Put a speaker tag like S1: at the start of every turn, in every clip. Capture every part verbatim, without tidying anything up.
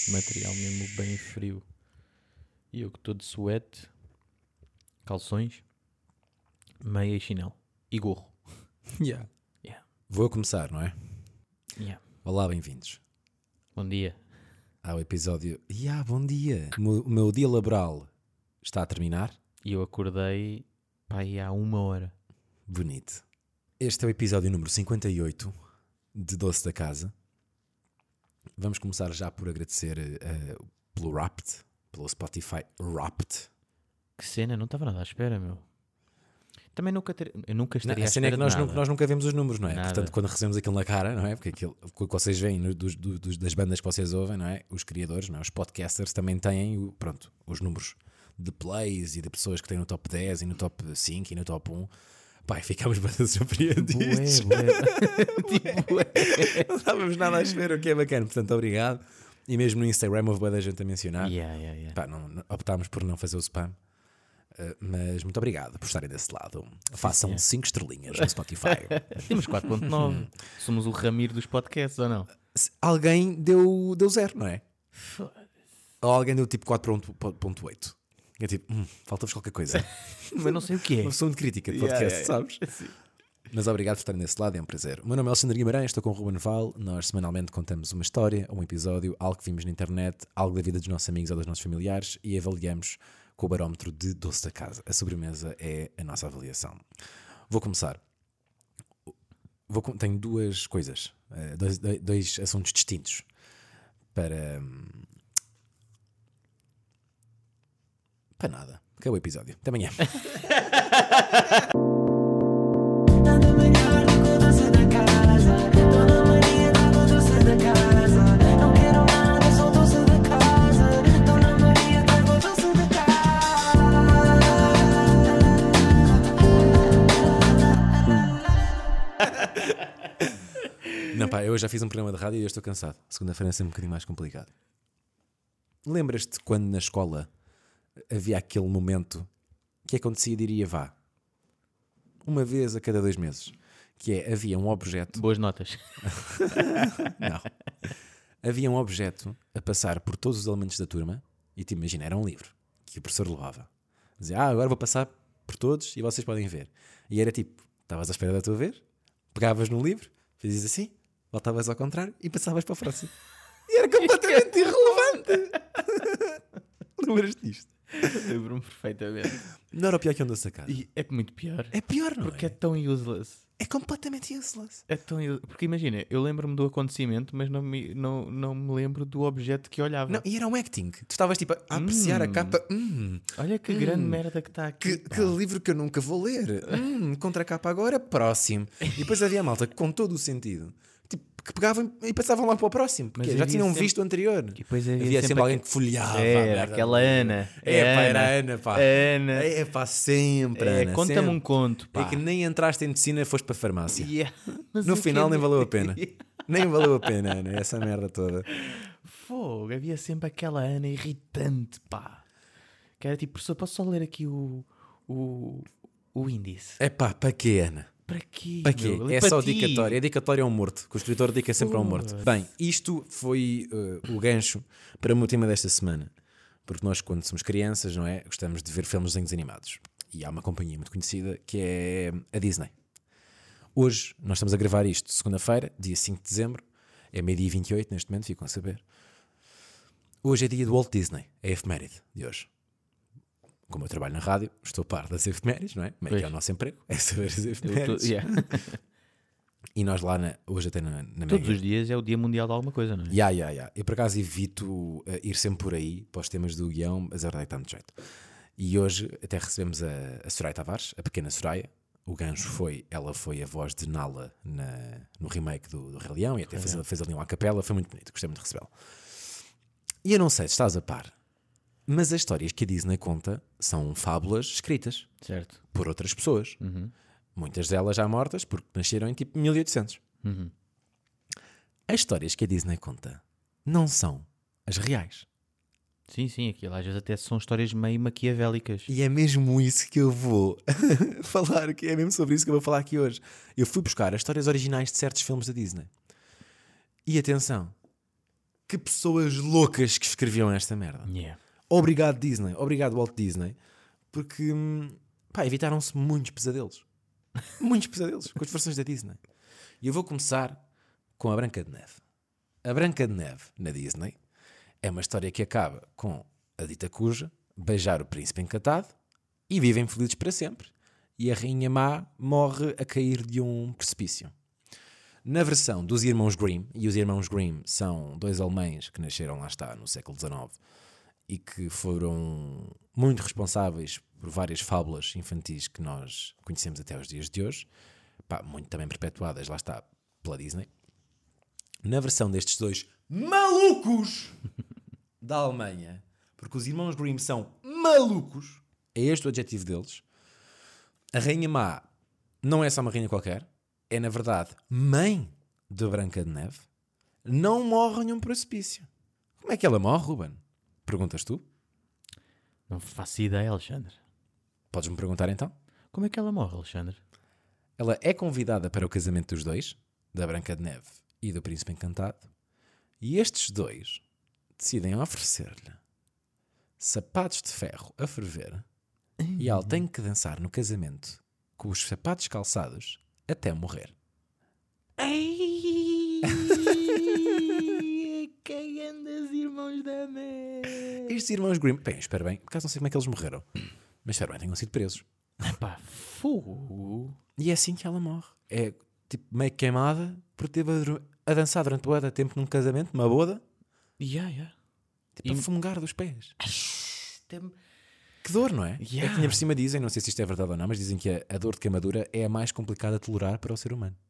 S1: Material mesmo bem frio. E eu que estou de suete, calções, meia e chinelo. E gorro.
S2: Yeah.
S1: Yeah.
S2: Vou começar, não é?
S1: Yeah.
S2: Olá, bem-vindos
S1: Bom dia.
S2: ao episódio... Yeah, bom dia! O meu, o meu dia laboral está a terminar.
S1: E eu acordei, pá, aí há uma hora.
S2: Bonito. Este é o episódio número cinquenta e oito de Doce da Casa. Vamos começar já por agradecer uh, pelo Wrapped, pelo Spotify Wrapped.
S1: Que cena, não estava nada à espera, meu. Também nunca, ter... eu nunca
S2: Não,
S1: estaria
S2: a
S1: à
S2: cena é
S1: espera
S2: que nós,
S1: de
S2: nu-
S1: nada.
S2: nós nunca vemos os números, não é?
S1: Nada.
S2: Portanto, quando recebemos aquilo na cara, não é? Porque aquilo o que vocês veem no- dos, do- dos- das bandas que vocês ouvem, não é? Os criadores, não é? Os podcasters também têm o- pronto, os números de plays e de pessoas que têm no top dez e no top cinco e no top um. Pai, ficámos bastante surpreendidos.
S1: Bué, bué. Tipo, bué.
S2: Não estávamos nada à espera, o que é bacana. Portanto, obrigado. E mesmo no Instagram houve bué da gente a mencionar.
S1: Yeah, yeah, yeah.
S2: Pá, não, não- optámos por não fazer o spam. Uh, mas muito obrigado por estarem desse lado. Façam
S1: senhor.
S2: cinco estrelinhas no Spotify.
S1: Temos quatro ponto nove. Somos o Ramiro dos podcasts, ou não?
S2: Se alguém deu, deu zero, não é? Ou alguém deu tipo quatro ponto oito. É tipo, hum, falta-vos qualquer coisa.
S1: Mas não sei o que é.
S2: Uma pessoa de crítica de
S1: Yeah,
S2: podcast,
S1: yeah, yeah.
S2: sabes? Mas obrigado por estarem desse lado, é um prazer. O meu nome é Alexandre Guimarães, estou com o Ruben Val. Nós semanalmente contamos uma história, um episódio, algo que vimos na internet, algo da vida dos nossos amigos ou dos nossos familiares e avaliamos com o barómetro de Doce da Casa. A sobremesa é a nossa avaliação. Vou começar. Vou, com- tenho duas coisas, eh, dois, dois- dois assuntos distintos para. hum, Para nada. Acabou o episódio. Até amanhã.
S3: Nada melhor do que o doce da casa. Dona Maria traga o doce da casa. Não quero nada, só o doce da casa. Dona Maria traga o doce da
S2: Não, pá, eu já fiz um programa de rádio e eu estou cansado. Segunda-feira é sempre um bocadinho mais complicado. Lembras-te quando na escola havia aquele momento que acontecia, diria vá, uma vez a cada dois meses, que é, havia um objeto,
S1: Boas notas.
S2: não, havia um objeto a passar por todos os elementos da turma e te imagina, era um livro que o professor levava. Dizia, ah, agora vou passar por todos e vocês podem ver. E era tipo, estavas à espera da tua vez, pegavas no livro, fazias assim, voltavas ao contrário e passavas para o próximo. E era completamente irrelevante. Lembras-te disto?
S1: Lembro-me perfeitamente.
S2: Não era o pior que um doce da casa.
S1: E é muito pior.
S2: É pior, não
S1: Porque é
S2: é?
S1: tão useless.
S2: É completamente useless.
S1: É tão useless. Porque imagina, eu lembro-me do acontecimento, mas não me, não, não me lembro do objeto que olhava.
S2: Não, e era um acting. Tu estavas tipo a apreciar a
S1: Hum.
S2: capa. Hum,
S1: Olha que grande merda que está aqui.
S2: que,
S1: pá.
S2: que livro que eu nunca vou ler. Hum, contra a capa agora, próximo. E depois havia a malta com todo o sentido. Tipo, que pegavam e passavam lá para o próximo. Porque
S1: Mas
S2: já
S1: havia
S2: tinham
S1: sempre-
S2: visto o anterior.
S1: E depois havia
S2: havia sempre,
S1: sempre
S2: alguém
S1: aque-
S2: que folheava. a
S1: Era
S2: merda
S1: aquela
S2: do livro.
S1: Ana.
S2: É, pá,
S1: Ana.
S2: era a Ana, pá.
S1: Ana.
S2: É, pá, sempre.
S1: É,
S2: Ana,
S1: conta-me
S2: sempre.
S1: um conto, pá.
S2: É que nem entraste em medicina, foste para a farmácia.
S1: Yeah. Mas
S2: No
S1: o
S2: final
S1: que é
S2: nem
S1: de-
S2: valeu a pena. Nem valeu a pena, Ana, essa merda toda.
S1: Fogo, havia sempre aquela Ana irritante, pá. Que era tipo, professor, posso só ler aqui o, o, o índice?
S2: É pá, para quê, Ana?
S1: Para quê?
S2: Para quê?
S1: meu?
S2: É
S1: Para
S2: só
S1: ti.
S2: dicatório. É dicatório a um morto. Que o escritor dica sempre a um morto.
S1: Foda-se.
S2: Bem, isto foi uh, o gancho para o meu tema desta semana. Porque nós, quando somos crianças, não é? Gostamos de ver filmes de desenhos animados. E há uma companhia muito conhecida que é a Disney. Hoje, nós estamos a gravar isto segunda-feira, dia cinco de dezembro. É meio-dia e vinte e oito neste momento, ficam a saber. Hoje é dia do Walt Disney. É a efeméride de hoje. Como eu trabalho na rádio, estou a par das efemérides, não é? Como é que é
S1: Pois.
S2: o nosso emprego? É saber as
S1: Eu tô-
S2: efemérides.
S1: yeah.
S2: E nós lá, na- hoje até na, na
S1: Todos
S2: Mega.
S1: os dias é o dia mundial de alguma coisa, não é?
S2: Ya, ya, ya. Eu por acaso evito uh, ir sempre por aí para os temas do guião, mas a verdade é que está muito jeito. E hoje até recebemos a, a Soraya Tavares, a pequena Soraya. O gancho foi, ela foi a voz de Nala na, no remake do, do Rei Leão e até fez, fez ali uma capela, foi muito bonito, gostei muito de recebê-la. E eu não sei se estás a par, mas as histórias que a Disney conta são fábulas escritas
S1: Certo.
S2: por outras pessoas.
S1: Uhum.
S2: Muitas delas já mortas porque nasceram em tipo mil e oitocentos.
S1: Uhum.
S2: As histórias que a Disney conta não são as reais.
S1: Sim, sim, aquilo às vezes até são histórias meio maquiavélicas.
S2: E é mesmo isso que eu vou falar, que é mesmo sobre isso que eu vou falar aqui hoje. Eu fui buscar as histórias originais de certos filmes da Disney. E atenção, Que pessoas loucas que escreviam esta merda.
S1: Yeah.
S2: Obrigado Disney, obrigado Walt Disney, porque hum, pá, evitaram-se muitos pesadelos. Muitos pesadelos com as versões da Disney. E eu vou começar com a Branca de Neve. A Branca de Neve, na Disney, é uma história que acaba com a dita cuja beijar o príncipe encantado e vivem felizes para sempre. E a rainha má morre a cair de um precipício. Na versão dos irmãos Grimm, e os irmãos Grimm são dois alemães que nasceram, lá está, no século dezenove, e que foram muito responsáveis por várias fábulas infantis que nós conhecemos até os dias de hoje, pá, muito também perpetuadas, lá está, pela Disney. Na versão destes dois malucos da Alemanha, porque os irmãos Grimm são malucos, é este o adjetivo deles, a rainha má não é só uma rainha qualquer, é na verdade mãe de Branca de Neve, não morre em um precipício. Como é que ela morre, Ruben? Perguntas tu?
S1: Não faço ideia, Alexandre.
S2: Podes-me perguntar então?
S1: Como é que ela morre, Alexandre?
S2: Ela é convidada para o casamento dos dois, da Branca de Neve e do Príncipe Encantado, e estes dois decidem oferecer-lhe sapatos de ferro a ferver e ela tem que dançar no casamento com os sapatos calçados até morrer.
S1: Ai, que andas, irmãos da mãe.
S2: Estes irmãos Grimm, bem, espero bem, por acaso não sei como é que eles morreram, mas espero bem, tenham sido presos.
S1: Pá, fogo.
S2: E é assim que ela morre. É tipo meio queimada porque teve a, a dançar durante o ano tempo num casamento, numa boda,
S1: Yeah, yeah.
S2: tipo
S1: E-
S2: a fumegar dos pés.
S1: Tem-
S2: Que dor, não é?
S1: Yeah.
S2: É que ainda por cima dizem, não sei se isto é verdade ou não, mas dizem que a, a dor de queimadura é a mais complicada de tolerar para o ser humano.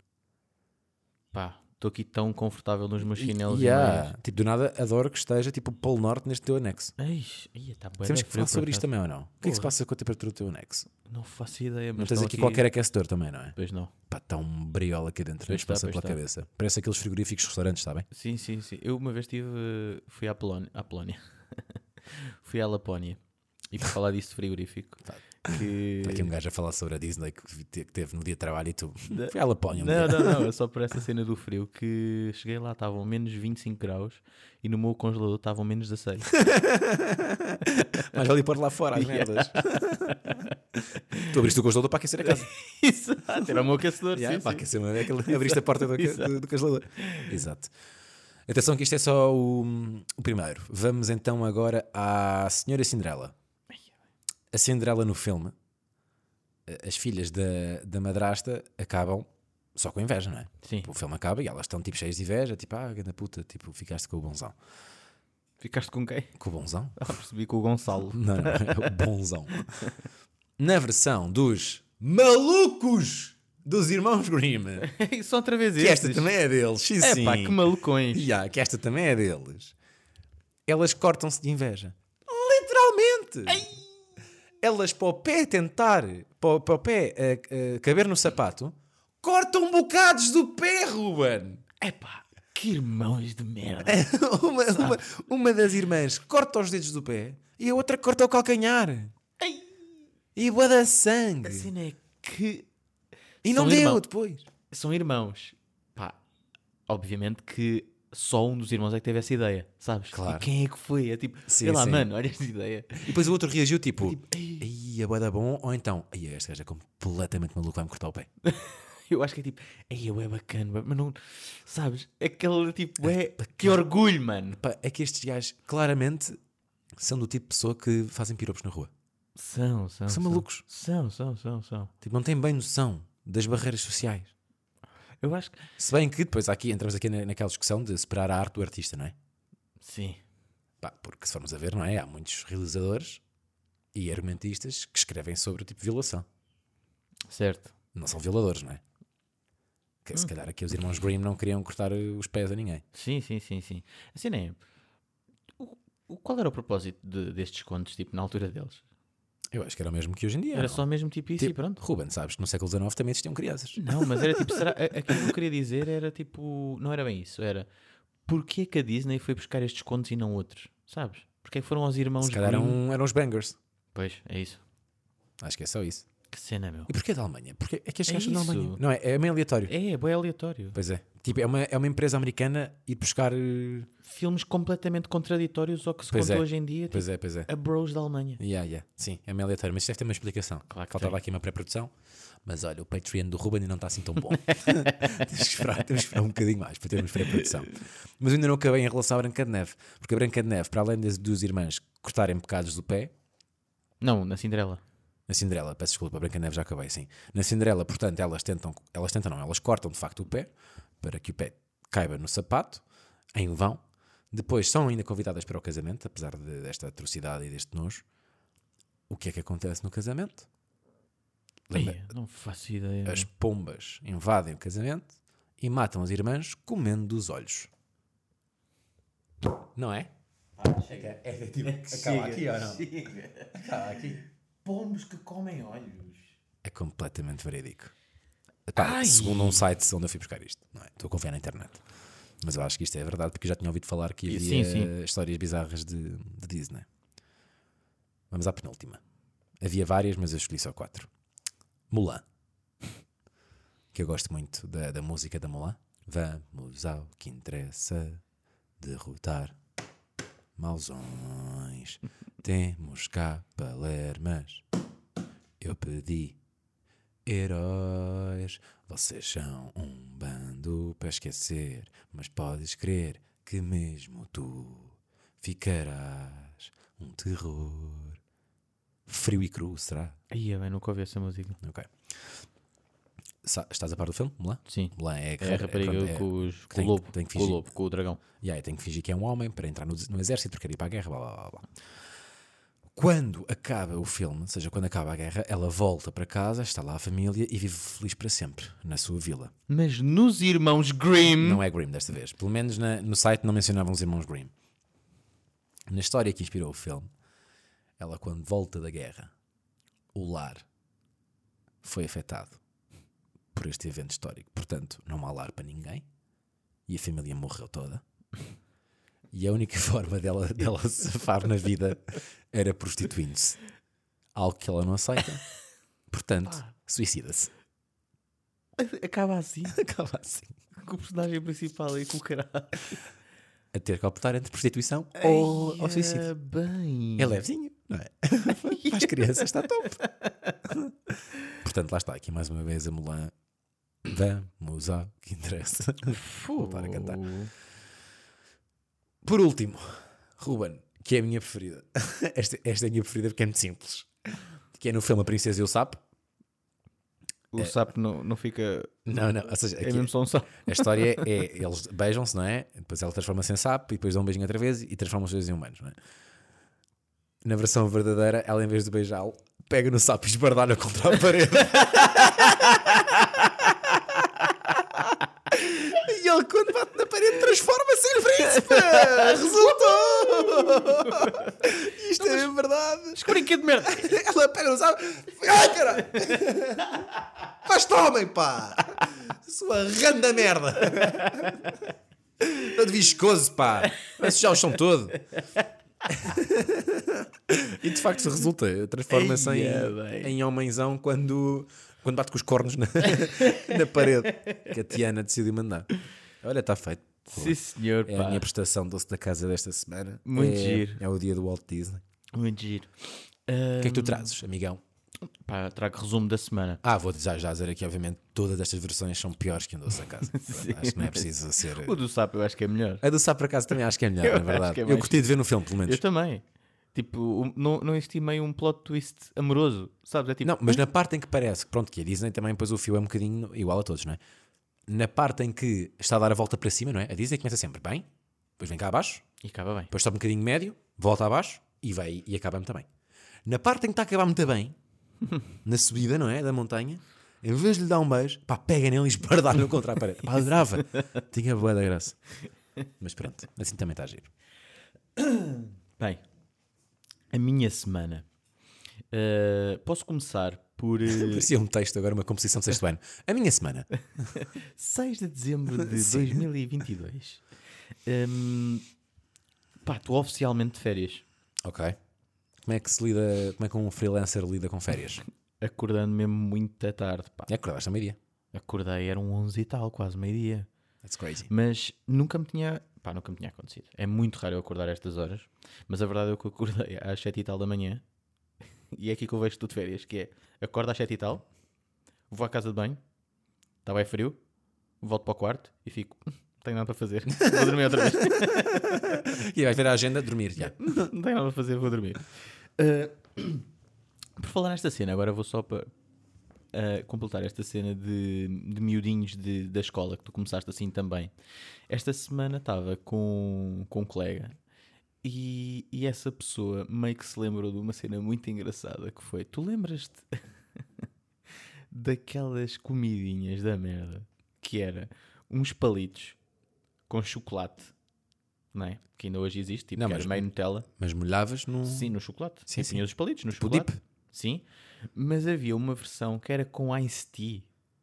S1: Pá, estou aqui tão confortável nos meus chinelos
S2: E
S1: e
S2: há,
S1: meias.
S2: tipo, do nada adoro que esteja tipo o Polo Norte neste teu anexo.
S1: Ai, ia, tá bué
S2: Temos
S1: da
S2: que
S1: frio
S2: falar
S1: por
S2: sobre isto
S1: acaso.
S2: também ou não? O que é que se
S1: Porra.
S2: passa com a temperatura do teu anexo?
S1: Não faço ideia, mas
S2: Não tens
S1: estão
S2: aqui qualquer aquecedor também, não é?
S1: Pois não.
S2: Pá, está um briola aqui dentro,
S1: Pois
S2: isto passa
S1: está,
S2: pela
S1: pois
S2: cabeça. Parece aqueles frigoríficos restaurantes, está bem?
S1: Sim, sim, sim. Eu uma vez tive, eh, fui à Polónia, à Polónia. Fui à Lapónia. E por falar disso de frigorífico, que...
S2: Está aqui um gajo a falar sobre a Disney que vi- que teve no dia de trabalho e tu.
S1: Da-
S2: Foi à Lapónia um
S1: Não,
S2: dia.
S1: não, não, é só por essa cena do frio que cheguei lá, estavam menos vinte e cinco graus e no meu congelador estavam menos dezasseis.
S2: Mas ali pôr lá fora as
S1: Yeah.
S2: merdas. Tu abriste o congelador para aquecer a casa.
S1: Exato, era o meu aquecedor.
S2: Yeah,
S1: sim,
S2: para
S1: sim.
S2: aquecer uma vez, aquele- abriste a porta do, ca-
S1: Exato.
S2: do, do congelador. Exato. Atenção que isto é só o, o primeiro. Vamos então agora à Senhora Cinderela. A Cinderela no filme, as filhas da, da madrasta acabam só com inveja, não é?
S1: Sim.
S2: O filme acaba e elas estão tipo cheias de inveja, tipo, ah, ganda puta, tipo, ficaste com o bonzão.
S1: Ficaste com quem?
S2: Com o bonzão?
S1: Ah, percebi com o Gonçalo.
S2: Não, não, é o bonzão. Na versão dos malucos dos irmãos Grimm,
S1: Só outra vez
S2: que
S1: estes.
S2: esta também é deles, sim,
S1: É
S2: sim.
S1: pá, que malucões.
S2: Yeah, que esta também é deles. Elas cortam-se de inveja. Literalmente! Elas, para o pé tentar, para, o- para o pé eh, eh, caber no sapato, cortam bocados do pé, Ruben!
S1: É pá, que irmãos de merda.
S2: uma, uma, uma das irmãs corta os dedos do pé e a outra corta o calcanhar.
S1: Ai,
S2: E boa da sangue.
S1: a cena é que
S2: e não
S1: são
S2: deu
S1: irmão-
S2: depois.
S1: são irmãos. Pá, obviamente que só um dos irmãos é que teve essa ideia, sabes?
S2: Claro.
S1: E quem é que foi? É tipo,
S2: Sim,
S1: sei lá,
S2: sim.
S1: mano, olha esta ideia.
S2: E depois o outro reagiu tipo,
S1: Tipo, "Ei."
S2: ai, a boa da bom, ou então, ai, este gajo é completamente maluco, vai-me cortar o pé.
S1: Eu acho que é tipo, ei, eu é bacana, mas não, sabes? Aquele tipo, é, que orgulho, mano.
S2: Pá, é que estes gajos claramente são do tipo de pessoa que fazem piropos na rua.
S1: São, são.
S2: São malucos.
S1: São, são, são, são.
S2: Tipo, não têm bem noção das barreiras sociais.
S1: Eu acho que,
S2: Se bem que depois aqui entramos aqui na- naquela discussão de separar a arte do artista, não é?
S1: sim.
S2: Pá, porque se formos a ver, não é? Há muitos realizadores e argumentistas que escrevem sobre tipo violação.
S1: Certo.
S2: Não são violadores, não é? Que, se calhar aqui os irmãos Grimm não queriam cortar os pés a ninguém.
S1: Sim, sim, sim, sim. Assim nem é. O, o- qual era o propósito de- destes contos, tipo, na altura deles?
S2: Eu acho que era o mesmo que hoje em dia.
S1: Era
S2: não?
S1: só mesmo tipo isso e
S2: Tipo,
S1: pronto.
S2: Ruben, sabes que no século dezenove também existiam crianças.
S1: Não, mas era tipo, será, a- aquilo que eu queria dizer era tipo, não era bem isso, era porquê que a Disney foi buscar estes contos e não outros, sabes? Porque é que foram aos irmãos
S2: Se calhar
S1: Grimm?
S2: eram, eram os bangers.
S1: Pois, é isso.
S2: Acho que é só isso.
S1: Que cena, meu.
S2: E porquê da Alemanha? Porque é que estes
S1: É
S2: gajos são da
S1: isso.
S2: Alemanha? Não é? É meio aleatório.
S1: É, é bem aleatório.
S2: Pois é. Tipo, é uma, é uma empresa americana ir buscar. eh,
S1: Filmes completamente contraditórios ao que se
S2: Pois
S1: conta
S2: é.
S1: hoje em dia.
S2: Pois
S1: tipo,
S2: é, pois é.
S1: a Bros da Alemanha.
S2: Yeah, yeah. Sim, é meio aleatório, mas isto deve ter uma explicação.
S1: Claro que
S2: Faltava
S1: tem.
S2: aqui uma pré-produção, mas olha, o Patreon do Ruben ainda não está assim tão bom. temos, que esperar, temos que esperar um bocadinho mais para termos pré-produção. Mas eu ainda não acabei em relação à Branca de Neve, porque a Branca de Neve, para além das duas irmãs cortarem pecados do pé,
S1: Não, na Cinderela.
S2: na Cinderela, peço desculpa, a Branca de Neve já acabei, sim. Na Cinderela, portanto, elas tentam, elas tentam não, elas cortam de facto o pé, para que o pé caiba no sapato, em vão. Depois são ainda convidadas para o casamento, apesar de- desta atrocidade e deste nojo. O que é que acontece no casamento? Lembra-
S1: Ei, não faço ideia.
S2: As pombas invadem o casamento e matam as irmãs comendo dos olhos. Não é? Chega, é tipo, acaba aqui ou não? Acaba aqui.
S1: Pombos que comem olhos.
S2: É completamente verídico. Pá,
S1: Ai.
S2: segundo um site onde eu fui buscar isto, não é? Estou a confiar na internet. Mas eu acho que isto é verdade porque eu já tinha ouvido falar que havia
S1: Sim, sim.
S2: histórias bizarras de, de Disney. Vamos à penúltima. Havia várias, mas eu escolhi só quatro. Mulan. Que eu gosto muito da, da música da Mulan. Vamos ao que interessa, derrotar mausões. Temos cá palermas. Eu pedi heróis. Vocês são um bando para esquecer, mas podes crer que mesmo tu ficarás um terror. Frio e cru, será?
S1: Aí, bem, nunca ouvi essa música.
S2: Ok. Sa- Estás a par do filme? Mulan?
S1: Sim.
S2: Mulan é a
S1: É a
S2: guerreira-
S1: rapariga
S2: pronto, é-
S1: com, os, com
S2: tem-
S1: o lobo.
S2: tem que
S1: com o
S2: fingir.
S1: lobo, com o dragão.
S2: Yeah, tem que fingir que é um homem para entrar no, no exército porque quer ir para a guerra, blá, blá, blá, blá. Quando acaba o filme, ou seja, quando acaba a guerra, ela volta para casa, está lá a família e vive feliz para sempre na sua vila.
S1: Mas nos Irmãos Grimm...
S2: Não é Grimm desta vez. Pelo menos na- no site não mencionavam os irmãos Grimm. Na história que inspirou o filme, ela quando volta da guerra, o lar foi afetado por este evento histórico. Portanto, não há lar para ninguém e a família morreu toda. E a única forma dela, dela se safar na vida era prostituindo-se. Algo que ela não aceita. Portanto, suicida-se.
S1: Acaba assim,
S2: Acaba assim.
S1: com o personagem principal e com o caralho.
S2: A ter que optar entre prostituição ou, ou
S1: Eia,
S2: suicídio.
S1: bem.
S2: É levezinho, não é? Para as crianças está top. Portanto, lá está. Aqui mais uma vez a Mulan. Vamos ao que interessa. Vou voltar a cantar. Por último, Ruben, que é a minha preferida. Esta, esta é a minha preferida porque é muito simples. Que é no filme A Princesa e o Sapo.
S1: O sapo não, não fica...
S2: Não, não. Ou seja,
S1: É
S2: aqui,
S1: mesmo só um sapo.
S2: a história é, eles beijam-se, não é? Depois ela transforma-se em sapo e depois dão um beijinho outra vez e transformam os dois em humanos, não é? Na versão verdadeira, ela em vez de beijá-lo, pega no sapo e esbardalha contra a parede. E ele, quando bate na parede, transforma-se em príncipe! Resultou! Isto é mesmo verdade.
S1: Brinquedo de merda.
S2: Ela pega no sapo. Ai, caralho! Faz-te homem, pá! Sua randa merda! Todo viscoso, pá! Vai sujar o chão todo. E de facto resulta. Transforma-se em,
S1: Eia, bem.
S2: em homenzão quando, quando bate com os cornos na, na parede. Que a Tiana decidiu mandar. Olha, está feito.
S1: Sim, senhor,
S2: É
S1: pá.
S2: a minha prestação doce da casa desta semana.
S1: Muito
S2: é,
S1: giro.
S2: É o dia do Walt Disney.
S1: Muito giro.
S2: O que é que tu trazes, amigão?
S1: Pá, trago resumo da semana.
S2: Ah, vou já, já dizer aqui, obviamente, todas estas versões são piores que um doce a casa. Acho que não é preciso ser.
S1: O do sapo eu acho que é melhor.
S2: A do sapo, por acaso, também acho que é melhor,
S1: Eu
S2: na
S1: acho
S2: verdade.
S1: que é
S2: Eu
S1: mais-
S2: curti de ver no filme, pelo menos.
S1: Eu também. Tipo, um- não, não estimei um plot twist amoroso, sabes? É tipo,
S2: Não, mas na parte em que parece que, pronto, que a Disney também, depois o fio é um bocadinho igual a todos, não é? Na parte em que está a dar a volta para cima, não é? A Disney começa sempre bem, depois vem cá abaixo,
S1: E acaba bem.
S2: depois sobe um bocadinho médio, volta abaixo e vai e acaba muito bem. Na parte em que está a acabar muito bem, na subida, não é? Da montanha, em vez de lhe dar um beijo, pá, pega nele e esbardalha-no contra a parede. Pá, adorava. Tinha boa da graça. Mas pronto, assim também está a giro.
S1: Bem, a minha semana. Uh, posso começar por uh,
S2: Parecia um texto agora, uma composição de sexto ano. A minha semana.
S1: seis de dezembro de
S2: Sim.
S1: dois mil e vinte e dois. Um, pá, estou oficialmente de férias.
S2: Ok. Como é que se lida, como é que um freelancer lida com férias?
S1: acordando mesmo muito à tarde. Pá.
S2: É, acordaste a meio-dia.
S1: Acordei, eram onze e tal, quase meio-dia.
S2: That's crazy.
S1: Mas nunca me tinha, pá, nunca me tinha acontecido. É muito raro eu acordar a estas horas, mas a verdade é que eu acordei às sete e tal da manhã e é aqui que eu vejo tudo de férias, que é, acordo às sete e tal, vou à casa de banho, está bem frio, volto para o quarto e fico, "Hum, não tenho nada para fazer, vou dormir outra vez."
S2: E vais ver a agenda, dormir, já.
S1: Não tenho nada para fazer, vou dormir. Uh, por falar nesta cena, agora vou só para uh, completar esta cena de, de miudinhos de, da escola, que tu começaste assim também. Esta semana estava com, com um colega e, e essa pessoa meio que se lembrou de uma cena muito engraçada que foi, tu lembras-te daquelas comidinhas da merda que era uns palitos com chocolate, não é? Que ainda hoje existe, tipo,
S2: Não,
S1: que
S2: mas-
S1: era meio Nutella.
S2: Mas molhavas no...
S1: Sim, no chocolate.
S2: Sim,
S1: Sim,
S2: sim.
S1: tinha os palitos no
S2: O
S1: chocolate.
S2: dip.
S1: Sim. Mas havia uma versão que era com iced tea.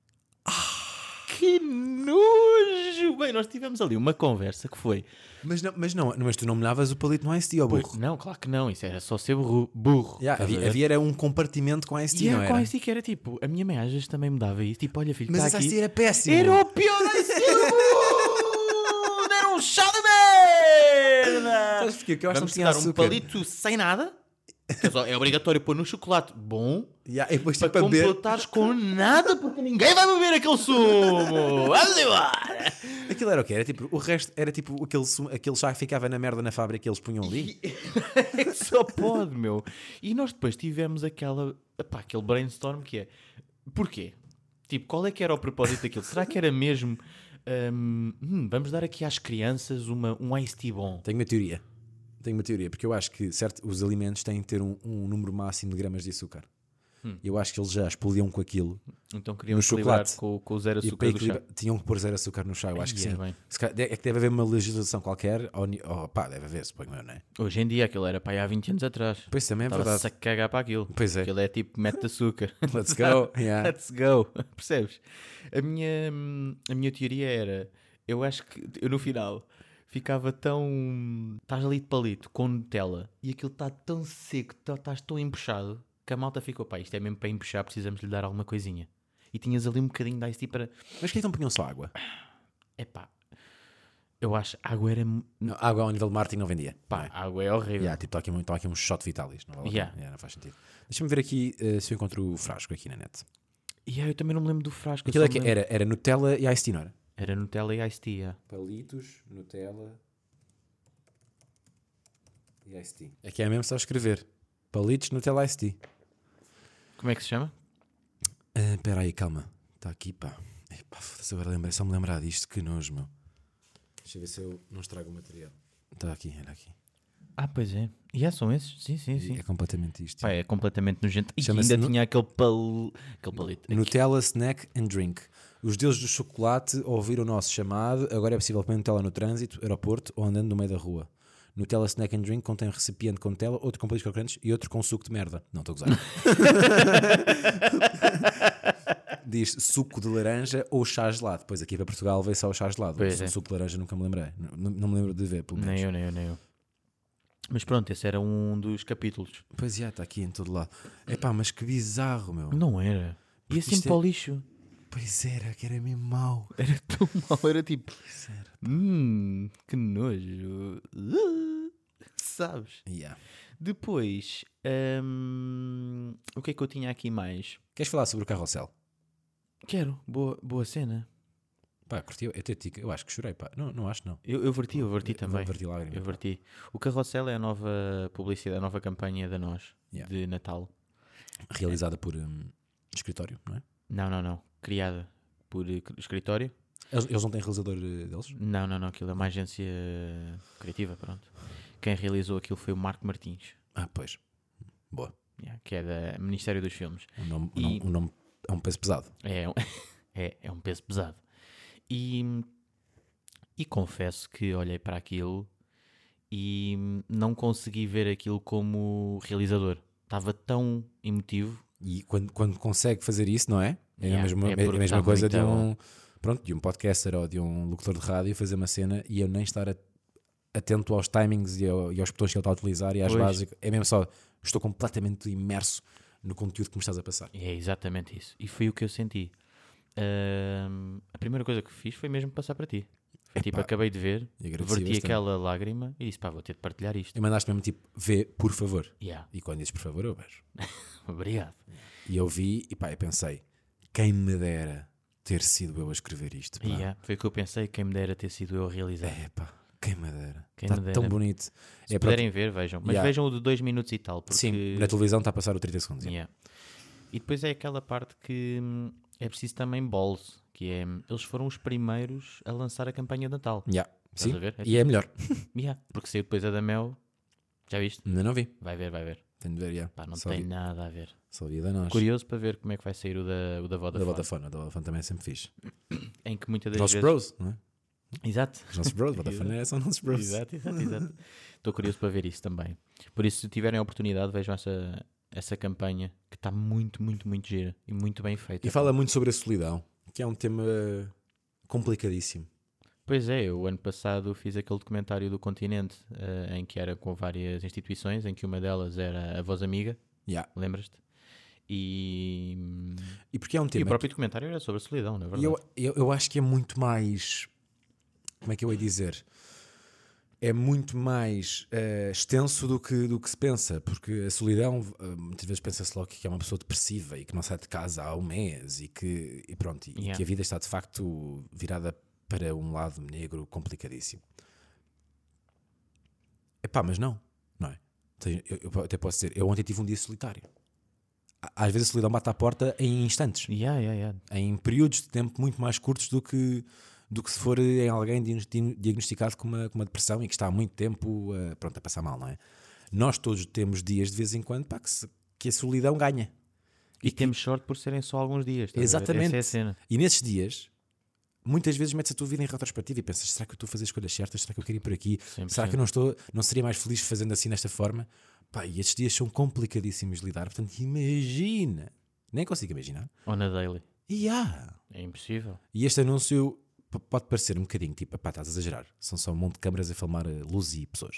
S1: Que nojo! Bem, nós tivemos ali uma conversa que foi...
S2: Mas não, mas não, mas tu não molhavas o palito no Ice Tea, ó
S1: Pois,
S2: burro.
S1: não, claro que não. Isso era só ser burro. burro
S2: Yeah,
S1: estás a
S2: havia,
S1: ver?
S2: havia era um compartimento com Ice
S1: E
S2: Tea, não
S1: era com
S2: era?
S1: iced tea que era tipo... A minha mãe às vezes também me dava isso. Tipo, olha filho,
S2: Mas
S1: tá
S2: esse
S1: aqui.
S2: Ice Tea era péssimo.
S1: Era o pior iced tea do mundo! Era um chá de merda!
S2: Sabes porquê? Que eu acho que não
S1: Vamos
S2: tinha
S1: dar um
S2: açúcar.
S1: palito sem nada. Que é só- é obrigatório pôr no chocolate bom.
S2: Yeah, e depois
S1: Para
S2: tipo a beber.
S1: completares com nada, porque ninguém vai beber aquele sumo. Vamos embora.
S2: Aquilo era o quê? Era tipo, o resto era tipo aquele, sumo- aquele chá que ficava na merda na fábrica que eles punham ali.
S1: É que só pode, meu. E nós depois tivemos aquela, epá, aquele brainstorm que é, porquê? Tipo, qual é que era o propósito daquilo? Será que era mesmo, hum, hum, vamos dar aqui às crianças uma, um iced tea bom?
S2: Tenho uma teoria. Tenho uma teoria, porque eu acho que certo, os alimentos têm que ter um, um número máximo de gramas de açúcar.
S1: Hum.
S2: Eu acho que eles já expoliam com aquilo.
S1: Então queriam
S2: No
S1: equilibrar
S2: chocolate.
S1: com, com o zero
S2: E
S1: açúcar
S2: para
S1: do chá.
S2: equilibrar, tinham que pôr zero açúcar no chá, eu acho que
S1: Ai, é
S2: sim.
S1: bem.
S2: Se calhar- É que deve haver uma legislação qualquer. Ou, ni- oh, pá, deve haver, suponho eu, não é?
S1: Hoje em dia aquilo era para aí há vinte anos atrás.
S2: Pois também é
S1: Estava-se
S2: verdade.
S1: a cagar para aquilo.
S2: Pois é.
S1: Aquilo é tipo, mete açúcar.
S2: Let's go. Yeah.
S1: Let's go. Percebes? A minha, a minha teoria era, eu acho que eu no final ficava tão... Estás ali de palito com Nutella e aquilo está tão seco, tá- estás tão empuxado que a malta ficou, pá, isto é mesmo para empuxar, precisamos lhe dar alguma coisinha. E tinhas ali um bocadinho de iced tea para...
S2: Mas que então punham só água?
S1: Epá, eu acho a água era...
S2: Não, água ao nível de Martin não vendia.
S1: Pá, a água é horrível.
S2: Yeah, tipo, está aqui, um- tá aqui um shot Vitalis. Não, vale a
S1: Yeah.
S2: pena. Yeah, não faz sentido. Deixa-me ver aqui eh, se eu encontro o frasco aqui na net.
S1: E aí eu também não me lembro do frasco. eu
S2: Aquilo
S1: só
S2: é que
S1: me lembro-
S2: era, era Nutella e Ice Tea, não era?
S1: Era Nutella e iced tea, yeah.
S2: Palitos, Nutella e Ice Tea. Aqui é mesmo só escrever. Palitos, Nutella, Ice Tea.
S1: Como é que se chama?
S2: Espera aí, calma. Está aqui, pá. Epá, foda-se, agora lembrei, só me lembrar disto. Que nojo, meu. Deixa eu ver se eu não estrago o material. Está aqui, era aqui.
S1: Ah, pois é. E é, são esses? Sim, sim, sim.
S2: É completamente isto.
S1: Pá, é completamente nojento. E
S2: Chama-se
S1: ainda
S2: nu-
S1: tinha aquele, pal... aquele palito.
S2: Nutella, snack and drink. Os deuses do chocolate ouviram o nosso chamado. Agora é possível comer Nutella no trânsito, aeroporto ou andando no meio da rua. Nutella Snack and Drink contém um recipiente com Nutella, outro com palitos crocantes e outro com suco de merda. Não estou a gozar. Diz suco de laranja ou chá gelado. Depois aqui para Portugal veio só o chá gelado.
S1: Pois
S2: O
S1: é.
S2: suco de laranja nunca me lembrei. Não, não me lembro de ver, pelo menos.
S1: Nem eu, nem eu, nem eu. Mas pronto, esse era um dos capítulos.
S2: Pois já, está aqui em todo lado. Epá, mas que bizarro, meu.
S1: Não era. E
S2: Porque
S1: assim
S2: isto é-
S1: para o lixo.
S2: Pois era, que era mesmo mau.
S1: Era tão mal, era tipo...
S2: Pois era.
S1: Hum, que nojo. Uh, sabes?
S2: Yeah.
S1: Depois, hum, o que é que eu tinha aqui mais?
S2: Queres falar sobre o carrossel?
S1: Quero, boa, boa cena.
S2: Pá, curti, eu, até te- eu acho que chorei, pá. Não, não acho, não.
S1: Eu, eu verti, eu verti
S2: Eu
S1: também.
S2: verti lágrimas,
S1: Eu
S2: pá.
S1: verti. O Carrossel é a nova publicidade, a nova campanha da nós,
S2: Yeah.
S1: de Natal.
S2: Realizada por um, escritório, não é?
S1: Não, não, não. Criada por eh, escritório.
S2: Eles, eles não têm realizador eh, deles?
S1: Não, não, não. Aquilo é uma agência criativa, pronto. Quem realizou aquilo foi o Marco Martins,
S2: Ah, pois. Boa.
S1: yeah, que é do Ministério dos Filmes.
S2: O nome, o
S1: E-
S2: nome, o nome é um peso pesado.
S1: É, um- é, é um peso pesado. E, e confesso que olhei para aquilo e não consegui ver aquilo como realizador. Estava tão emotivo.
S2: E quando, quando consegue fazer isso, não é? É
S1: Yeah,
S2: a mesma,
S1: é
S2: é a
S1: porque
S2: mesma
S1: tá
S2: coisa
S1: muito
S2: de
S1: bom.
S2: um, pronto, de um podcaster ou de um locutor de rádio fazer uma cena e eu nem estar a- atento aos timings e, ao- e aos botões que ele está a utilizar e às
S1: Pois.
S2: básicas. É mesmo só, estou completamente imerso no conteúdo que me estás a passar.
S1: É exatamente isso. E foi o que eu senti. Ahm, a primeira coisa que fiz foi mesmo passar para ti. Foi tipo,
S2: Epá,
S1: acabei de ver,
S2: e agradeci
S1: verti
S2: bastante.
S1: aquela lágrima e disse, pá, vou ter de partilhar isto.
S2: E mandaste mesmo tipo, vê, por favor.
S1: Yeah.
S2: E quando dizes por favor, eu vejo.
S1: Obrigado.
S2: E eu vi e pá, eu pensei, quem me dera ter sido eu a escrever isto. Pá.
S1: Yeah. Foi o que eu pensei, quem me dera ter sido eu a realizar.
S2: É pá, quem me dera.
S1: Quem
S2: Está
S1: me
S2: tão
S1: dera.
S2: bonito.
S1: Se
S2: É,
S1: puderem ver, vejam. Mas
S2: Yeah.
S1: vejam o de dois minutos e tal. Porque...
S2: Sim, na televisão está a passar o trinta segundos.
S1: Yeah. E depois é aquela parte que hum, é preciso também balls, que é, hum, eles foram os primeiros a lançar a campanha de Natal.
S2: Yeah.
S1: Estás
S2: Sim,
S1: a ver? É
S2: e é melhor.
S1: Yeah. Porque saiu depois a da Mel, já viste?
S2: Ainda não vi.
S1: Vai ver, vai ver.
S2: Tenho de ver, yeah.
S1: Pá, não
S2: Só
S1: tem
S2: vi,
S1: nada a ver.
S2: só vi a da nós.
S1: Curioso para ver como é que vai sair o da, o da
S2: Da
S1: Vodafone.
S2: Vodafone. A da Vodafone também é sempre fixe.
S1: Em que muitas
S2: Os
S1: das
S2: nossos
S1: vezes...
S2: bros, não é?
S1: Exato.
S2: Os nossos bros, Vodafone é, são nossos bros.
S1: Exato, exato, exato. Estou curioso para ver isso também. Por isso, se tiverem a oportunidade, vejam essa, essa campanha que está muito, muito, muito gira e muito bem feita.
S2: E fala muito sobre a solidão, que é um tema complicadíssimo.
S1: Pois é, eu ano passado fiz aquele documentário do Continente eh, em que era com várias instituições, em que uma delas era a Voz Amiga,
S2: Yeah.
S1: lembras-te? E,
S2: E porque é um
S1: e o
S2: tema.
S1: próprio documentário era sobre a solidão, na
S2: E
S1: verdade.
S2: eu, eu, eu acho que é muito mais. Como é que eu ia dizer? É muito mais eh, extenso do que, do que se pensa, porque a solidão, eh, muitas vezes pensa-se logo que é uma pessoa depressiva e que não sai de casa há um mês e que, e pronto, e
S1: Yeah.
S2: que a vida está de facto virada para um lado negro complicadíssimo. Epá, mas não, não é? Tem- Eu, eu até posso dizer, eu ontem tive um dia solitário. Á- Às vezes a solidão bate à porta em instantes,
S1: Yeah, yeah, yeah.
S2: em períodos de tempo muito mais curtos do que, do que se for em alguém diagnosti- diagnosticado com uma, com uma depressão e que está há muito tempo a, pronto, a passar mal, não é? Nós todos temos dias de vez em quando pá, que, se- que a solidão ganha.
S1: E temos sorte por serem só alguns dias. estás a ver?
S2: Exatamente.
S1: Essa é a cena.
S2: E nesses dias, muitas vezes metes a tua vida em retrospectiva e pensas: será que eu estou a fazer escolhas certas? Será que eu quero ir por aqui?
S1: cem por cento.
S2: Será que eu não estou, não seria mais feliz fazendo assim desta forma? Pá, e estes dias são complicadíssimos de lidar. Portanto, imagina, nem consigo imaginar.
S1: Ou na daily.
S2: E há.
S1: É impossível.
S2: E este anúncio p- pode parecer um bocadinho tipo, pá, estás a exagerar. São só um monte de câmaras a filmar eh, luzes e pessoas.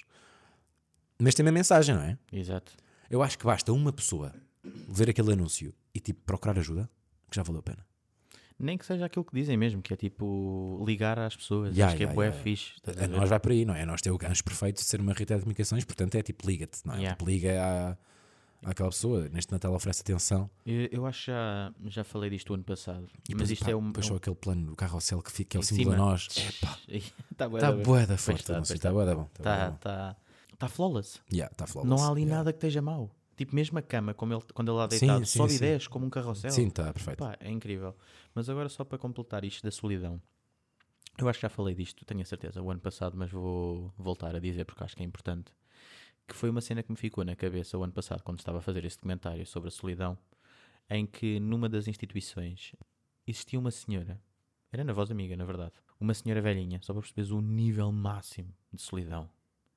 S2: Mas tem uma mensagem, não é?
S1: Exato.
S2: Eu acho que basta uma pessoa ver aquele anúncio e tipo procurar ajuda, que já valeu a pena.
S1: Nem que seja aquilo que dizem mesmo, que é tipo ligar às pessoas.
S2: Ya,
S1: Acho que
S2: ya,
S1: é bué
S2: ya.
S1: fixe. estás a
S2: A
S1: ver?
S2: nós vai por aí, não é? Nós temos o gancho perfeito de ser uma rede de comunicações, portanto é tipo liga-te, não é?
S1: Yeah.
S2: Tipo, liga à, àquela pessoa. Neste Natal oferece atenção.
S1: Eu, eu acho que já, já falei disto o ano passado.
S2: E
S1: mas
S2: depois,
S1: isto
S2: pá,
S1: é um.
S2: depois
S1: é
S2: só
S1: um
S2: aquele plano do carrossel que, fica, que é o
S1: em
S2: símbolo
S1: cima.
S2: de nós. Epá,
S1: Está bué
S2: está
S1: da-
S2: bué da
S1: Pois
S2: forte,
S1: está,
S2: não
S1: pois
S2: sei,
S1: está.
S2: está bué da bom. Está bué da
S1: Está
S2: bom.
S1: tá, tá flawless.
S2: Yeah, tá flawless.
S1: Não há ali
S2: Yeah.
S1: nada que esteja mau. Tipo, mesmo a cama, como ele, quando ele lá
S2: Sim,
S1: deitado,
S2: sim,
S1: sobe
S2: sim.
S1: e desce como um carrossel.
S2: Sim, está perfeito.
S1: Pá, é incrível. Mas agora só para completar isto da solidão. Eu acho que já falei disto, tenho a certeza, o ano passado, mas vou voltar a dizer porque acho que é importante. Que foi uma cena que me ficou na cabeça o ano passado, quando estava a fazer esse documentário sobre a solidão, em que numa das instituições existia uma senhora, era na Voz Amiga, na verdade, uma senhora velhinha, só para perceberes o nível máximo de solidão,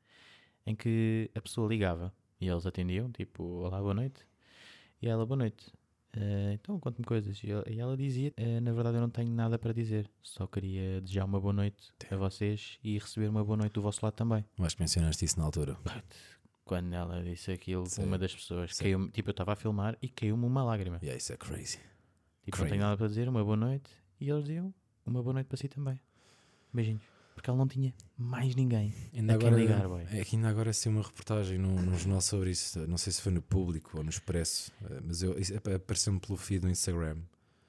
S1: em que a pessoa ligava e eles atendiam, tipo, olá, boa noite, e ela, boa noite. "Eh, então conte-me coisas." E ela, e ela dizia: "Eh, na verdade eu não tenho nada para dizer, só queria desejar uma boa noite a vocês e receber uma boa noite do vosso lado também."
S2: Eu acho que mencionaste isso na altura.
S1: Quando ela disse aquilo,
S2: Sim.
S1: uma das pessoas
S2: Sim.
S1: caiu, tipo, eu estava a filmar e caiu-me uma lágrima.
S2: Yeah, isso é crazy.
S1: Tipo,
S2: Crazy.
S1: não tenho nada para dizer, uma boa noite. E eles diziam: uma boa noite para si também. Beijinhos. Porque ela não tinha mais ninguém
S2: Ainda
S1: a quem
S2: agora,
S1: ligar, boy.
S2: é que ainda agora saiu uma reportagem no, no jornal sobre isso. Não sei se foi no Público ou no Expresso, eh, mas eu, isso ap- apareceu-me pelo feed do Instagram.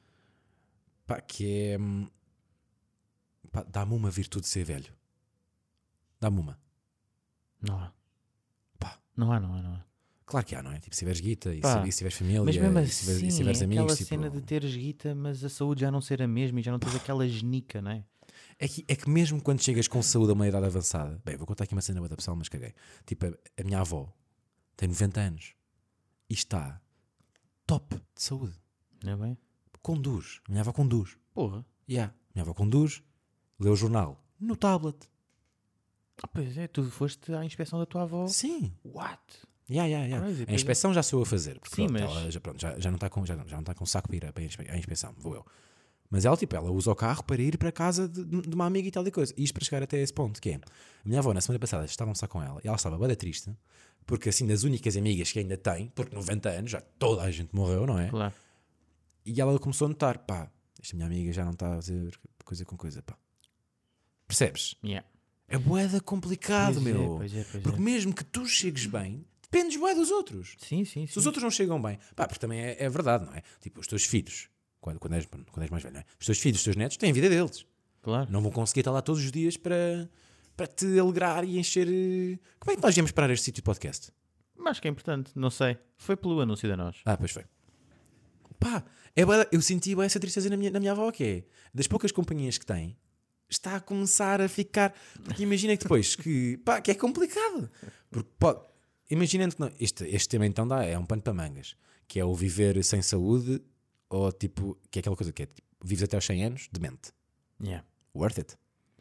S2: Pá, que é. hum, Pá, dá-me uma virtude de ser velho. Dá-me uma.
S1: Não há.
S2: Pá.
S1: Não há, não há, não há.
S2: Claro que há, não é? Tipo, se tiveres guita e,
S1: Pá,
S2: se, e se tiveres família
S1: Mas mesmo
S2: e se tiveres,
S1: assim,
S2: e se tiveres
S1: é
S2: amigos.
S1: aquela
S2: Tipo,
S1: cena de teres guita, mas a saúde já não ser a mesma e já não tens aquela genica, não é?
S2: é, que, é que mesmo quando chegas com saúde a uma idade avançada. Bem, vou contar aqui uma cena boa da pessoa, mas caguei. Tipo, a, a minha avó tem noventa anos e está top de saúde.
S1: Não é bem?
S2: Conduz. A minha avó conduz.
S1: Porra.
S2: Yeah. Minha avó conduz, lê o jornal no tablet.
S1: Ah, pois é, tu foste à inspeção da tua avó.
S2: Sim.
S1: What?
S2: Yeah, yeah, yeah.
S1: Crazy,
S2: A
S1: pois é.
S2: inspeção já sou eu a fazer. Porque
S1: Sim,
S2: pronto,
S1: mas-
S2: ela já, pronto, já, já não está com, já, não- já não está com saco para ir a- para ir à inspeção, vou eu. Mas ela, tipo, ela usa o carro para ir para casa de, de uma amiga e tal e coisa. E isto para chegar até esse ponto, que é, a minha avó na semana passada estava a almoçar com ela e ela estava bem triste porque assim, das únicas amigas que ainda tem, porque noventa anos, já toda a gente morreu, não é?
S1: Claro.
S2: E ela começou a notar, pá, esta minha amiga já não está a fazer coisa com coisa, pá. Percebes?
S1: Yeah.
S2: É bué complicado,
S1: Pois é,
S2: meu.
S1: pois é, pois
S2: Porque
S1: é.
S2: mesmo que tu chegues bem, dependes bué dos outros.
S1: Sim, sim,
S2: Se
S1: sim.
S2: os outros não chegam bem, pá, porque também é, é verdade, não é? Tipo, os teus filhos, quando, quando, és, quando és mais velho, não é? Os teus filhos, os teus netos têm a vida deles.
S1: Claro.
S2: Não vão conseguir estar lá todos os dias para, para te alegrar e encher. eh, Como é que nós viemos parar este sítio de podcast?
S1: Mas acho que é importante, não sei. Foi pelo anúncio da nós.
S2: Ah, pois foi. Pá, é bué- eu senti bué essa tristeza na minha, na minha avó, que é das poucas companhias que tem, está a começar a ficar. Porque imagina que depois que, pá, que é complicado. Porque pode, imaginando que não, este, este tema então dá, é um pano para mangas, que é o viver sem saúde, ou tipo, que é aquela coisa que é tipo, vives até aos cem anos, demente.
S1: Yeah.
S2: Worth it.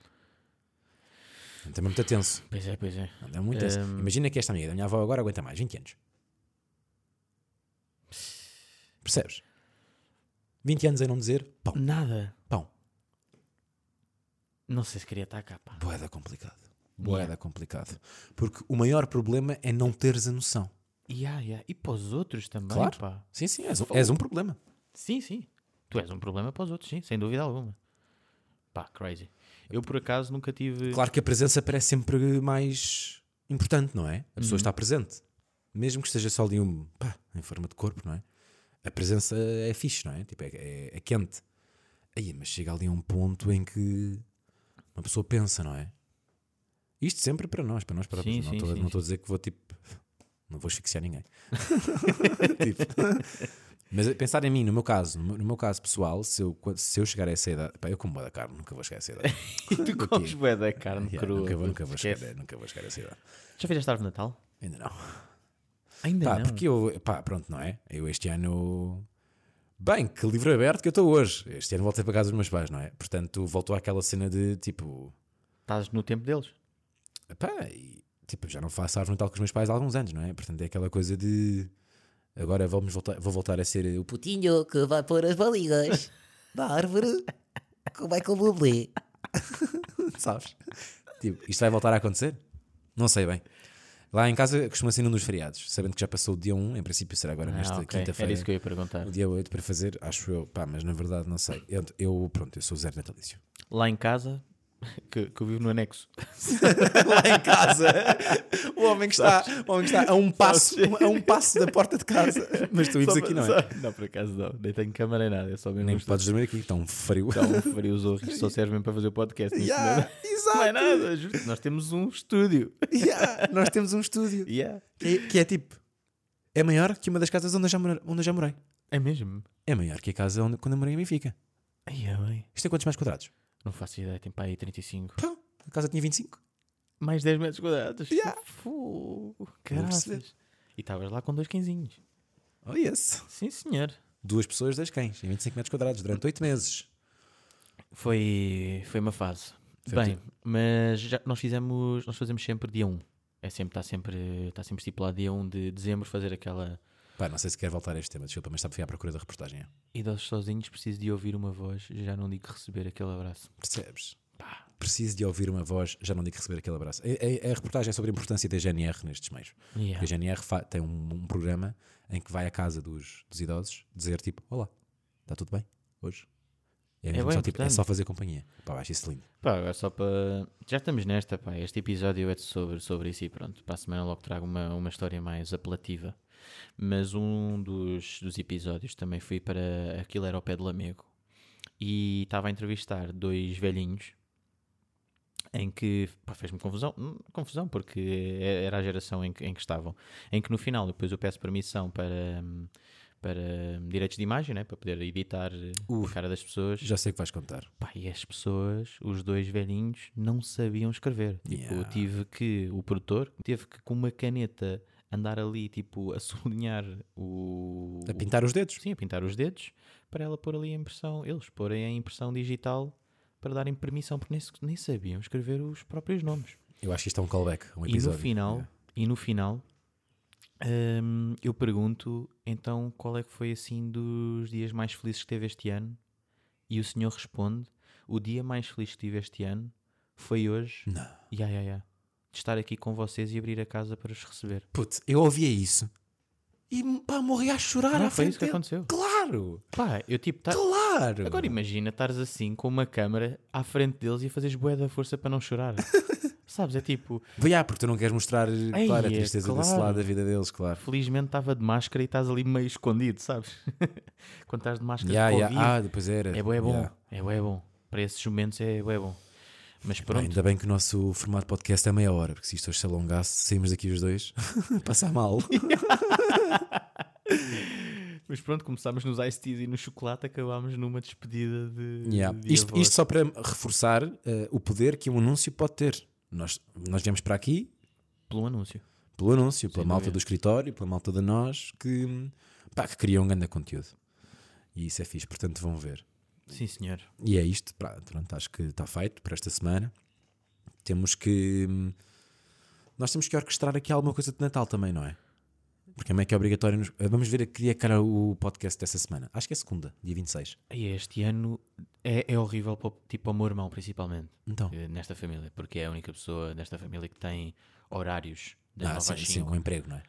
S2: Também muito tenso.
S1: Pois é, pois é.
S2: É muito tenso.
S1: Um,
S2: Imagina que esta amiga da minha avó agora aguenta mais vinte anos. Percebes? vinte anos a não dizer pão,
S1: Nada.
S2: pão.
S1: Não sei se queria estar cá, pá.
S2: Boeda complicado. Boeda complicado. Porque o maior problema é não teres a noção.
S1: Yeah, yeah. E para os outros também,
S2: Claro.
S1: pá.
S2: Sim, sim, és um, és um problema.
S1: Sim, sim. Tu és um problema para os outros, sim, sem dúvida alguma. Pá, crazy. Eu, por acaso, nunca tive...
S2: Claro que a presença parece sempre mais importante, não é? A pessoa
S1: Uhum.
S2: está presente. Mesmo que esteja só ali um, pá, em forma de corpo, não é? A presença é fixe, não é? Tipo, é, é, é quente. Aí, mas chega ali a um ponto em que uma pessoa pensa, não é? Isto sempre para nós, para nós próprios.
S1: Sim,
S2: não
S1: sim,
S2: estou
S1: sim,
S2: não estou a
S1: sim.
S2: dizer que vou tipo. Não vou asfixiar ninguém. Tipo, mas a pensar em mim, no meu caso, no meu, no meu caso pessoal, se eu, quando- se eu chegar a essa idade, pá, eu como bué da carne, nunca vou chegar a essa idade.
S1: E tu comes bué da carne
S2: Yeah,
S1: crua.
S2: nunca vou, nunca vou
S1: Esquece.
S2: chegar, nunca vou chegar a essa idade.
S1: Já fizeste árvore de Natal?
S2: Ainda não.
S1: Ainda
S2: Pá,
S1: não.
S2: porque eu, pá, pronto, não é? Eu este ano, bem, que livro aberto que eu estou hoje. Este ano voltei para casa dos meus pais, não é? Portanto, voltou àquela cena de tipo,
S1: Estás no tempo deles?
S2: pá, e, tipo, já não faço árvore de Natal com os meus pais há alguns anos, não é? Portanto, é aquela coisa de agora vamos voltar, vou voltar a ser o puto.
S4: Putinho que vai pôr as baligas da árvore com Michael Bublé.
S2: Sabes? Tipo, isto vai voltar a acontecer? Não sei bem. Lá em casa costuma ser num dos feriados, sabendo que já passou o dia um, em princípio será agora nesta
S1: Ah, ok. Era
S2: quinta-feira.
S1: isso que eu ia perguntar.
S2: O dia oito para fazer, acho eu, pá, mas na verdade não sei. Eu, eu pronto, eu sou zero natalício.
S1: Lá em casa, que, que eu vivo no anexo.
S2: Lá em casa, o homem que está, o homem que está a um passo, a um passo da porta de casa. Mas tu vives
S1: Só
S2: aqui,
S1: para-
S2: não é?
S1: só- Não, por acaso não. Nem tenho cama nem nada. É só mesmo
S2: Nem
S1: isto.
S2: podes dormir aqui, está um frio.
S1: Está um frio zorro. Isto só serve mesmo para fazer o podcast. Não,
S2: Yeah,
S1: não é
S2: exato.
S1: nada. Justo. Nós temos um estúdio.
S2: Yeah, nós temos um estúdio
S1: Yeah.
S2: que é, que é tipo, é maior que uma das casas onde eu já morei. Onde eu já morei.
S1: É mesmo?
S2: É maior que a casa onde, quando eu morei em Benfica.
S1: Ai, é bem.
S2: Isto é quantos mais quadrados?
S1: Não faço ideia. Tem para aí trinta e cinco.
S2: Pá, a casa tinha vinte e cinco.
S1: Mais dez metros quadrados.
S2: Yeah.
S1: Fu,
S2: perceber.
S1: caraças. E estavas lá com dois cãezinhos.
S2: Oh yes.
S1: Sim, senhor.
S2: Duas pessoas, dois cães, em vinte e cinco metros quadrados, durante oito meses.
S1: Foi, foi uma fase.
S2: Foi
S1: Bem, mas já, nós fizemos, nós fazemos sempre dia um. É sempre, está sempre, está sempre estipulado dia um de dezembro fazer aquela
S2: Pá, não sei se quer voltar a este tema, desculpa, mas estava fui à procura da reportagem.
S1: idosos sozinhos, preciso de ouvir uma voz, já não digo receber aquele abraço.
S2: Percebes?
S1: Pá,
S2: Preciso de ouvir uma voz, já não digo receber aquele abraço. A, a- a reportagem é sobre a importância da G N R nestes meios.
S1: yeah.
S2: Porque a G N R fa- tem um, um programa em que vai à casa dos, dos idosos dizer tipo: olá, está tudo bem hoje? E é,
S1: É
S2: mesmo
S1: bem
S2: só, tipo, é
S1: importante.
S2: só fazer companhia. Pá, acho isso lindo.
S1: Pá, agora só para. Já estamos nesta, pá. Este episódio é sobre, sobre isso e pronto. Para a semana logo trago uma, uma história mais apelativa. Mas um dos, dos episódios também fui para. Aquilo era ao pé de Lamego. E estava a entrevistar dois velhinhos. Em que. Pá, fez-me confusão. Hum, Confusão, porque era a geração em que, em que estavam. Em que no final, depois eu peço permissão para. hum, Para hum, direitos de imagem, né? Para poder editar uh, a cara das pessoas.
S2: Já sei o que vais contar.
S1: Pá, e as pessoas, os dois velhinhos, não sabiam escrever. Tipo,
S2: Yeah.
S1: tive que, o produtor, teve que com uma caneta andar ali, tipo, a sublinhar o...
S2: A pintar os dedos.
S1: Sim, a pintar os dedos, para ela pôr ali a impressão, eles porem a impressão digital para darem permissão, porque nem, se- nem sabiam escrever os próprios nomes.
S2: Eu acho que isto é um callback, um
S1: E
S2: episódio.
S1: no final,
S2: Yeah.
S1: e no final, hum, eu pergunto, então, qual é que foi, assim, dos dias mais felizes que teve este ano? E o senhor responde, o dia mais feliz que tive este ano foi hoje.
S2: Não.
S1: Ya, ya, ya. de estar aqui com vocês e abrir a casa para os receber.
S2: Puto, eu ouvia isso e pá, morri a chorar.
S1: Não,
S2: à
S1: foi
S2: frente
S1: isso que
S2: dele.
S1: aconteceu.
S2: Claro,
S1: Pá, eu tipo, tá...
S2: claro.
S1: agora imagina estares assim com uma câmara à frente deles e a fazeres bué da força para não chorar. Sabes, é tipo,
S2: Vai, ah, porque tu não queres mostrar, claro, a
S1: é
S2: tristeza desse
S1: claro.
S2: lado da vida deles, claro.
S1: felizmente estava de máscara e estás ali meio escondido, sabes? Quando estás de máscara
S2: Yeah,
S1: de
S2: yeah.
S1: Covid,
S2: Ah, depois era.
S1: é bué bom,
S2: Yeah.
S1: é bué bom. Para esses momentos é bué bom. Mas
S2: Bem,
S1: pronto,
S2: ainda bem que o nosso formato podcast é meia hora, porque se isto hoje se alongasse, saímos daqui os dois, passar mal.
S1: mas pronto, começámos nos Ice Teas e no chocolate, acabámos numa despedida de,
S2: Yeah.
S1: de
S2: Isto,
S1: avós.
S2: isto só para reforçar uh, o poder que um anúncio pode ter. Nós, nós viemos para aqui
S1: Pelo anúncio.
S2: pelo anúncio, pela
S1: Sem
S2: malta
S1: dúvida.
S2: do escritório, pela malta de nós, que, pá, que cria um grande conteúdo. E isso é fixe, portanto vão ver.
S1: Sim, senhor.
S2: E é isto, pá, pronto, acho que está feito para esta semana. Temos que... Nós temos que orquestrar aqui alguma coisa de Natal também, não é? Porque é que é obrigatório... Nos... Vamos ver a que dia é que era o podcast dessa semana. Acho que é segunda, dia vinte e seis.
S1: E este ano é, é horrível para, o- tipo, para o meu irmão, principalmente,
S2: Então,
S1: eh, nesta família, porque é a única pessoa nesta família que tem horários das
S2: ah,
S1: nove
S2: sim,
S1: às
S2: sim,
S1: cinco.
S2: um emprego, não é?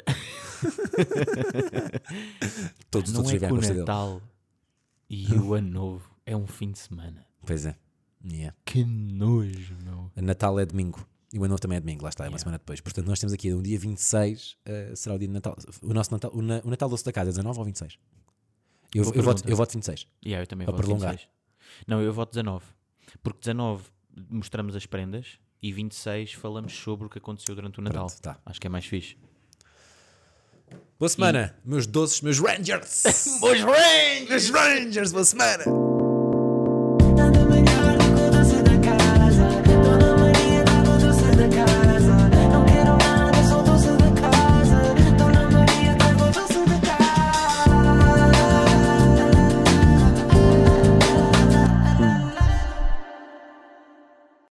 S2: todos
S1: Não
S2: todos
S1: é
S2: vivem
S1: que
S2: à
S1: o
S2: força dele.
S1: Natal e o Ano Novo é um fim de semana.
S2: Pois é. Yeah.
S1: Que nojo, meu.
S2: Natal é domingo. E o ano novo também é domingo, lá está, é uma
S1: Yeah.
S2: semana depois. Portanto, nós temos aqui um dia vinte e seis, uh, será o dia de Natal. O nosso Natal, o, na, o Natal doce da casa é dezanove ou vinte e seis? Eu,
S1: Boa
S2: eu, voto,
S1: pergunta.
S2: eu voto vinte e seis.
S1: Yeah, eu também
S2: Para
S1: voto
S2: prolongar.
S1: vinte e seis. Não, eu voto dezanove. Porque dezanove mostramos as prendas e vinte e seis falamos sobre o que aconteceu durante o Natal.
S2: Pronto, tá.
S1: Acho que é mais fixe.
S2: Boa semana, meus doces, meus Rangers!
S1: Os Rangers!
S2: Meus Rangers, boa semana!